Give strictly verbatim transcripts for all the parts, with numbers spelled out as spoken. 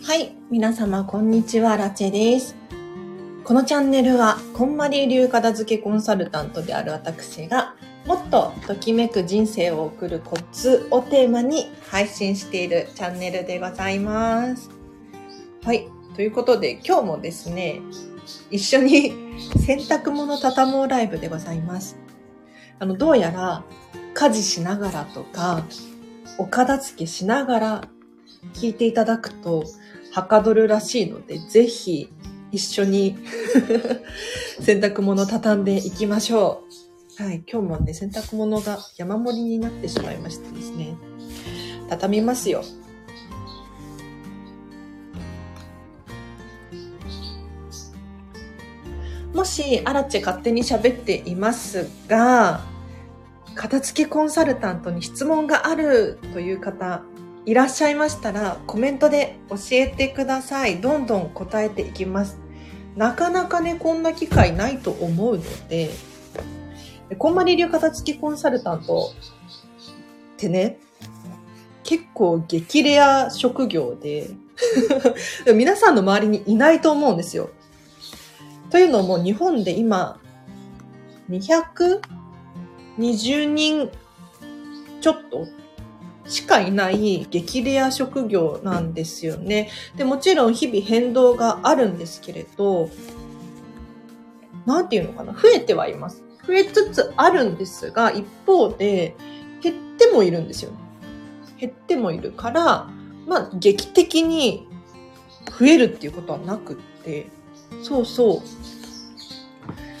はい、皆様こんにちは、ラチェです。このチャンネルはこんまり流片付けコンサルタントである私がもっとときめく人生を送るコツをテーマに配信しているチャンネルでございます。はい、ということで今日もですね、一緒に洗濯物畳もうライブでございます。あのどうやら家事しながらとかお片付けしながら聞いていただくとはかどるらしいので、ぜひ一緒に洗濯物畳んでいきましょう。はい、今日もね、洗濯物が山盛りになってしまいましてですね、畳みますよ。もしアラチェ勝手に喋っていますが、片付けコンサルタントに質問があるという方いらっしゃいましたらコメントで教えてください。どんどん答えていきます。なかなかね、こんな機会ないと思うので、こんまり流片付けコンサルタントってね、結構激レア職業で皆さんの周りにいないと思うんですよ。というのも日本で今にひゃくにじゅうにんちょっとしかいない激レア職業なんですよね。で、もちろん日々変動があるんですけれど、なんていうのかな、増えてはいます。増えつつあるんですが、一方で減ってもいるんですよ。減ってもいるから、まあ劇的に増えるっていうことはなくって、そうそう。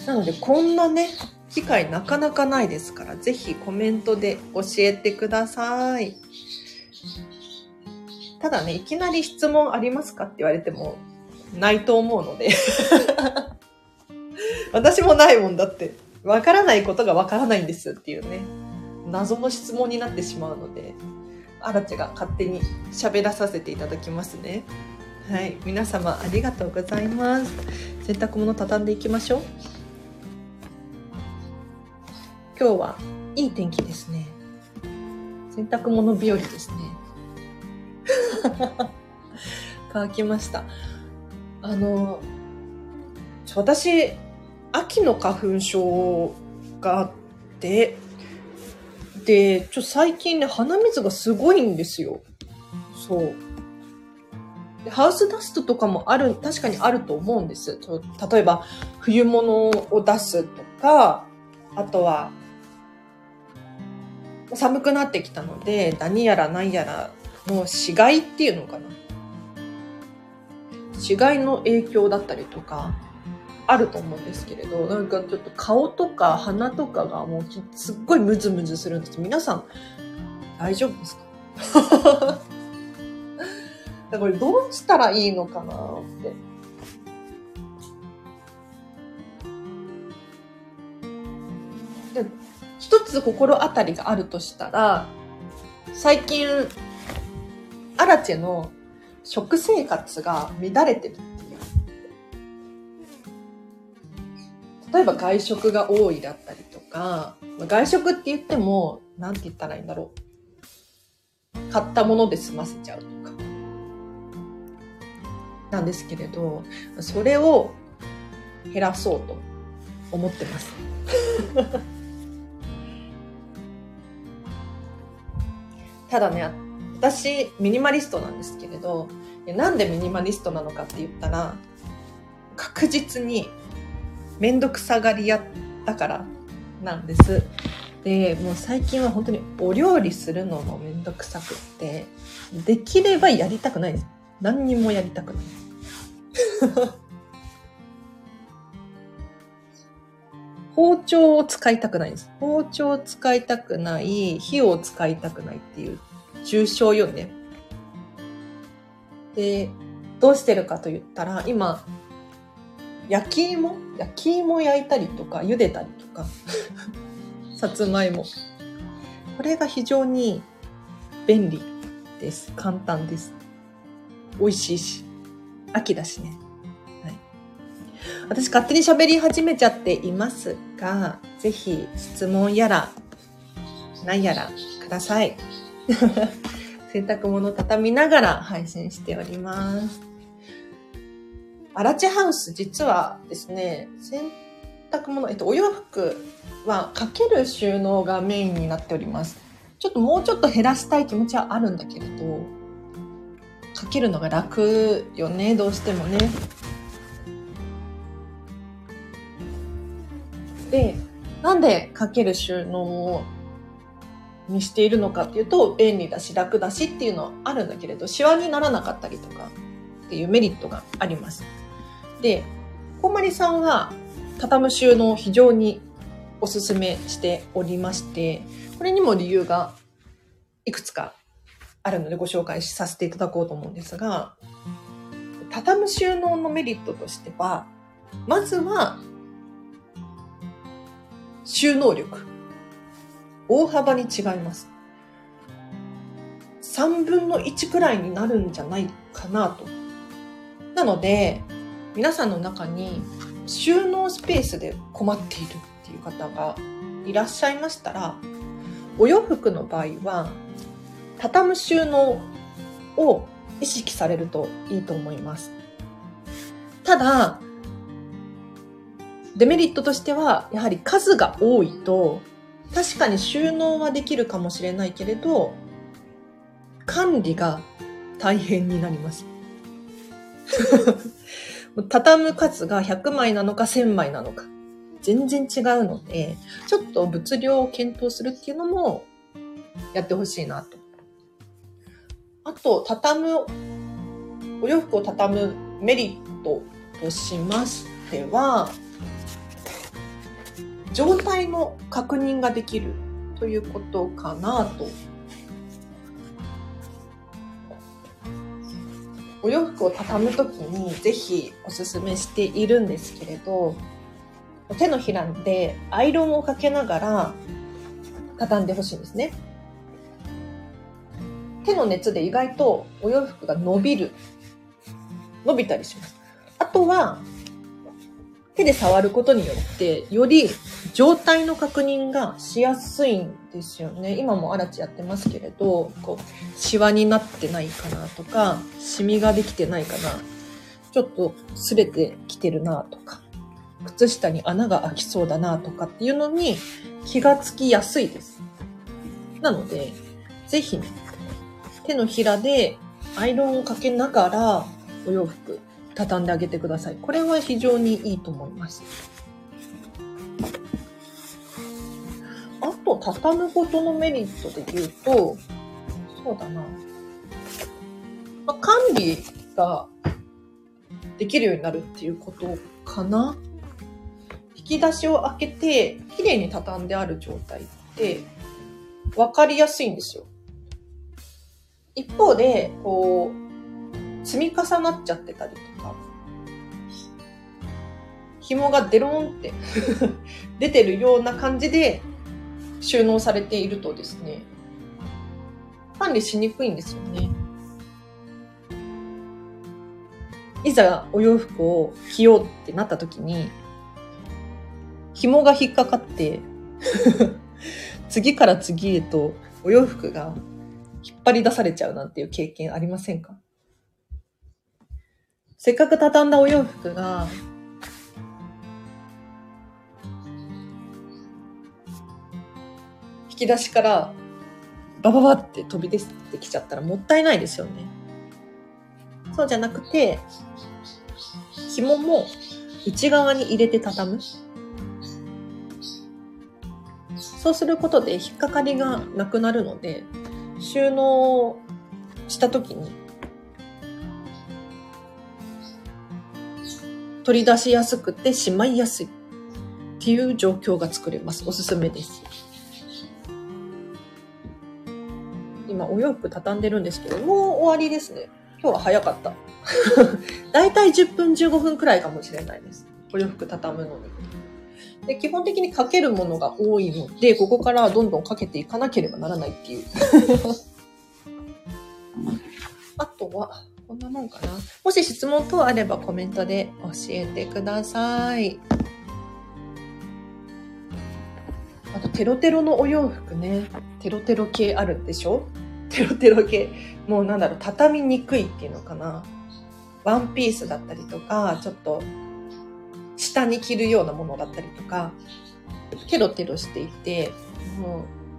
なのでこんなね、機会なかなかないですから、ぜひコメントで教えてください。ただね、いきなり質問ありますかって言われてもないと思うので私もないもんだって、わからないことがわからないんですっていうね、謎の質問になってしまうので、アラチェが勝手に喋らさせていただきますね。はい、皆様ありがとうございます。洗濯物畳んでいきましょう。今日はいい天気ですね。洗濯物日和ですね。乾きました。あの、私、秋の花粉症があって、で、ちょ最近ね、鼻水がすごいんですよ。そう。でハウスダストとかもある、確かにあると思うんです。例えば、冬物を出すとか、あとは、寒くなってきたので、何やら何やらの死骸っていうのかな。死骸の影響だったりとかあると思うんですけれど、なんかちょっと顔とか鼻とかがもうすっごいムズムズするんです。皆さん大丈夫ですか？これどうしたらいいのかなって。で、一つ心当たりがあるとしたら、最近アラチェの食生活が乱れてるっていう。例えば外食が多いだったりとか、外食って言ってもなんて言ったらいいんだろう、買ったもので済ませちゃうとかなんですけれど、それを減らそうと思ってますただね、私ミニマリストなんですけれど、なんでミニマリストなのかって言ったら、確実にめんどくさがり屋だからなんです。で、もう最近は本当にお料理するのもめんどくさくって、できればやりたくないです。何にもやりたくない包丁を使いたくないです。包丁を使いたくない、火を使いたくないっていう重症よね。で、どうしてるかと言ったら、今焼き芋焼き芋焼いたりとか茹でたりとかさつまいも、これが非常に便利です。簡単です。美味しいし、秋だしね。はい、私勝手に喋り始めちゃっていますが、ぜひ質問やら何やらください洗濯物畳みながら配信しております。アラチェハウス、実はですね、洗濯物、えっと、お洋服はかける収納がメインになっております。ちょっともうちょっと減らしたい気持ちはあるんだけれど、かけるのが楽よね、どうしてもね。で、なんでかける収納にしているのかっていうと、便利だし楽だしっていうのはあるんだけれど、シワにならなかったりとかっていうメリットがあります。で、こんまりさんは畳む収納を非常におすすめしておりまして、これにも理由がいくつかあるのでご紹介させていただこうと思うんですが、畳む収納のメリットとしては、まずは収納力。大幅に違います。さんぶんのいちくらいになるんじゃないかなと。なので、皆さんの中に収納スペースで困っているっていう方がいらっしゃいましたら、お洋服の場合は、畳む収納を意識されるといいと思います。ただ、デメリットとしては、やはり数が多いと、確かに収納はできるかもしれないけれど、管理が大変になります。畳む数がひゃくまいなのかせんまいなのか、全然違うので、ちょっと物量を検討するっていうのもやってほしいなと。あと、畳む、お洋服を畳むメリットとしましては、状態の確認ができるということかなと。お洋服を畳むときにぜひおすすめしているんですけれど、手のひらでアイロンをかけながら畳んでほしいんですね。手の熱で意外とお洋服が伸びる、伸びたりします。あとは手で触ることによってより状態の確認がしやすいんですよね。今もアラチやってますけれど、こうシワになってないかなとか、シミができてないかな、ちょっと擦れてきてるなとか、靴下に穴が開きそうだなとかっていうのに気がつきやすいです。なので、ぜひね、手のひらでアイロンをかけながらお洋服畳んであげてください。これは非常にいいと思います。あと、畳むことのメリットで言うと、そうだな。まあ、管理ができるようになるっていうことかな。引き出しを開けて、きれいに畳んである状態って分かりやすいんですよ。一方で、こう、積み重なっちゃってたりとか、紐がデローンって出てるような感じで収納されているとですね、管理しにくいんですよね。いざお洋服を着ようってなった時に、紐が引っかかって次から次へとお洋服が引っ張り出されちゃうなんていう経験ありませんか？せっかく畳んだお洋服が引き出しからバババって飛び出てきちゃったらもったいないですよね。そうじゃなくて、紐も内側に入れて畳む。そうすることで引っかかりがなくなるので、収納したときに取り出しやすくてしまいやすいっていう状況が作れます。おすすめです。今お洋服畳んでるんですけど、もう終わりですね。今日は早かった。だいたいじゅっぷんじゅうごふんくらいかもしれないです。お洋服畳むのに。で、基本的にかけるものが多いので、ここからどんどんかけていかなければならないっていう。あとは、こんなもんかな。もし質問等あればコメントで教えてください。あと、テロテロのお洋服ね。テロテロ系あるでしょ？ テロテロ系、もうなんだろう、畳みにくいっていうのかな。ワンピースだったりとか、ちょっと下に着るようなものだったりとか、テロテロしていて、もう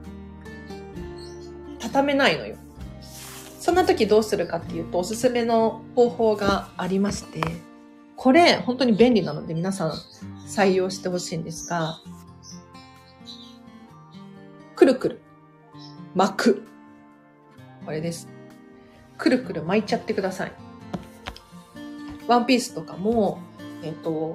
畳めないのよ。そんな時どうするかっていうと、おすすめの方法がありまして、これ本当に便利なので皆さん採用してほしいんですが、くるくる巻く。これです。くるくる巻いちゃってください。ワンピースとかも、えっと、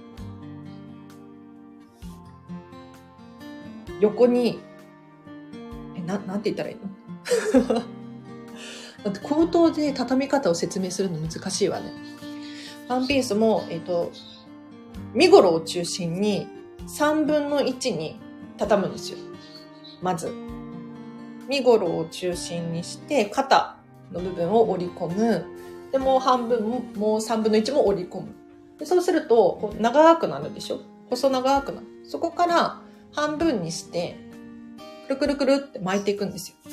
横に、え、な、なんて言ったらいいのだって口頭で畳み方を説明するの難しいわね。ワンピースも、えっと、身ごろを中心にさんぶんのいちに畳むんですよ。まず。身ごろを中心にして肩の部分を折り込む。で、もう半分も、もうさんぶんのいちも折り込む。で、そうすると、こう長くなるでしょ？細長くなる。そこから半分にして、くるくるくるって巻いていくんですよ。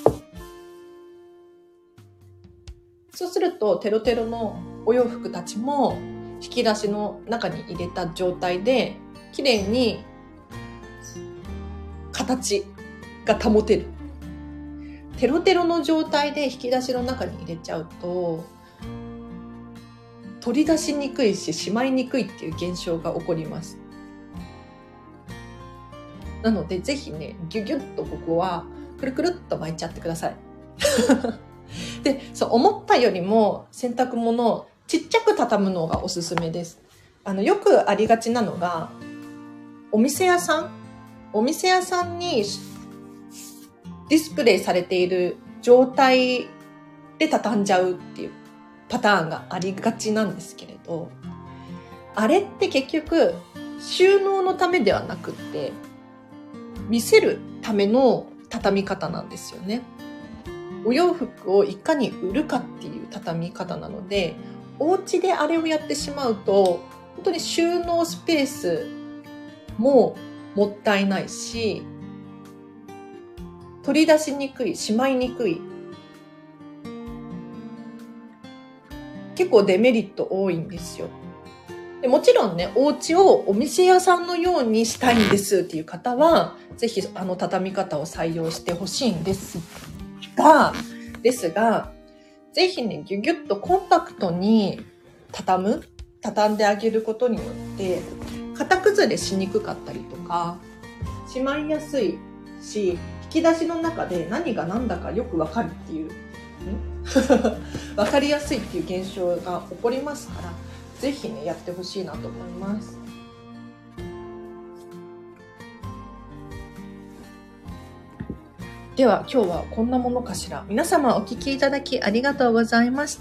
そうすると、テロテロのお洋服たちも引き出しの中に入れた状態で、綺麗に形が保てる。テロテロの状態で引き出しの中に入れちゃうと、取り出しにくいし、しまいにくいっていう現象が起こります。なので、ぜひね、ギュギュッとここは、くるくるっと巻いちゃってください。で、そう、思ったよりも洗濯物、ちっちゃく畳むのがおすすめです。あの、よくありがちなのが、お店屋さんお店屋さんにディスプレイされている状態で畳んじゃうっていうパターンがありがちなんですけれど、あれって結局収納のためではなくって見せるための畳み方なんですよね。お洋服をいかに売るかっていう畳み方なので、お家であれをやってしまうと本当に収納スペースももったいないし、取り出しにくい、しまいにくい、結構デメリット多いんですよ。でもちろんね、お家をお店屋さんのようにしたいんですっていう方は、ぜひあの畳み方を採用してほしいんですが、ですが、ぜひね、ギュギュッとコンパクトに畳む、畳んであげることによって、型崩れしにくかったりとか、しまいやすいし、引き出しの中で何が何だかよくわかるっていう、わかりやすいっていう現象が起こりますから、ぜひね、やってほしいなと思います。では今日はこんなものかしら。皆様お聞きいただきありがとうございました。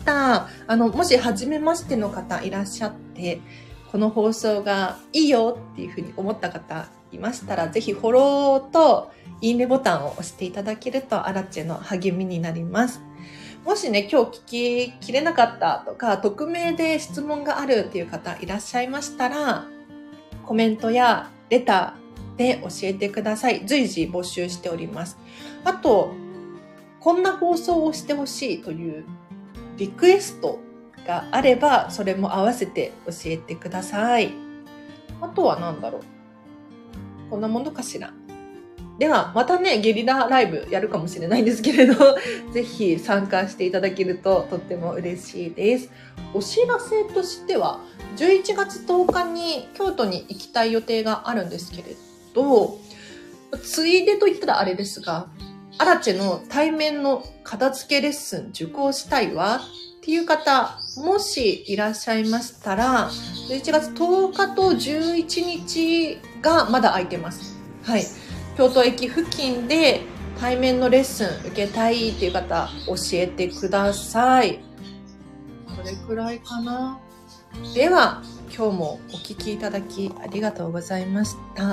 あの、もし初めましての方いらっしゃって、この放送がいいよっていうふうに思った方いましたら、ぜひフォローといいねボタンを押していただけるとアラチェの励みになります。もしね、今日聞ききれなかったとか、匿名で質問があるっていう方いらっしゃいましたら、コメントやレターで教えてください。随時募集しております。あと、こんな放送をしてほしいというリクエストがあれば、それも合わせて教えてください。あとは何だろう。こんなものかしら。では、またね、ゲリラライブやるかもしれないんですけれど、ぜひ参加していただけるととっても嬉しいです。お知らせとしては、じゅういちがつとおかに京都に行きたい予定があるんですけれど、ついでと言ったらあれですが、アラチェの対面の片付けレッスン受講したいわっていう方、もしいらっしゃいましたら、じゅういちがつとおかとじゅういちにちがまだ空いてます。はい。京都駅付近で対面のレッスン受けたいっていう方、教えてください。これくらいかな。では、今日もお聞きいただきありがとうございました。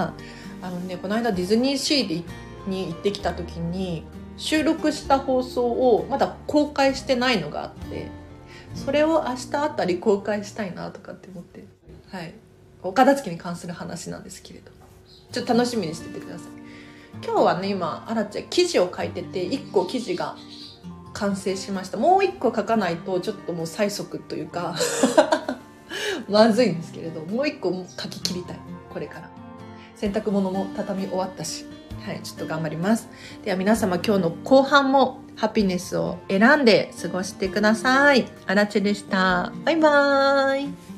あのね、この間ディズニーシーに行ってきた時に収録した放送をまだ公開してないのがあって、それを明日あたり公開したいなとかって思って、はい。お片付けに関する話なんですけれど、ちょっと楽しみにしててください。今日はね、今アラチェ記事を書いてて、いっこ記事が完成しました。もう一個書かないとちょっともう催促というかまずいんですけれど、もう一個書き切りたい。これから洗濯物も畳み終わったし、はい、ちょっと頑張ります。では皆様、今日の後半もハピネスを選んで過ごしてください。あらちでした。バイバーイ。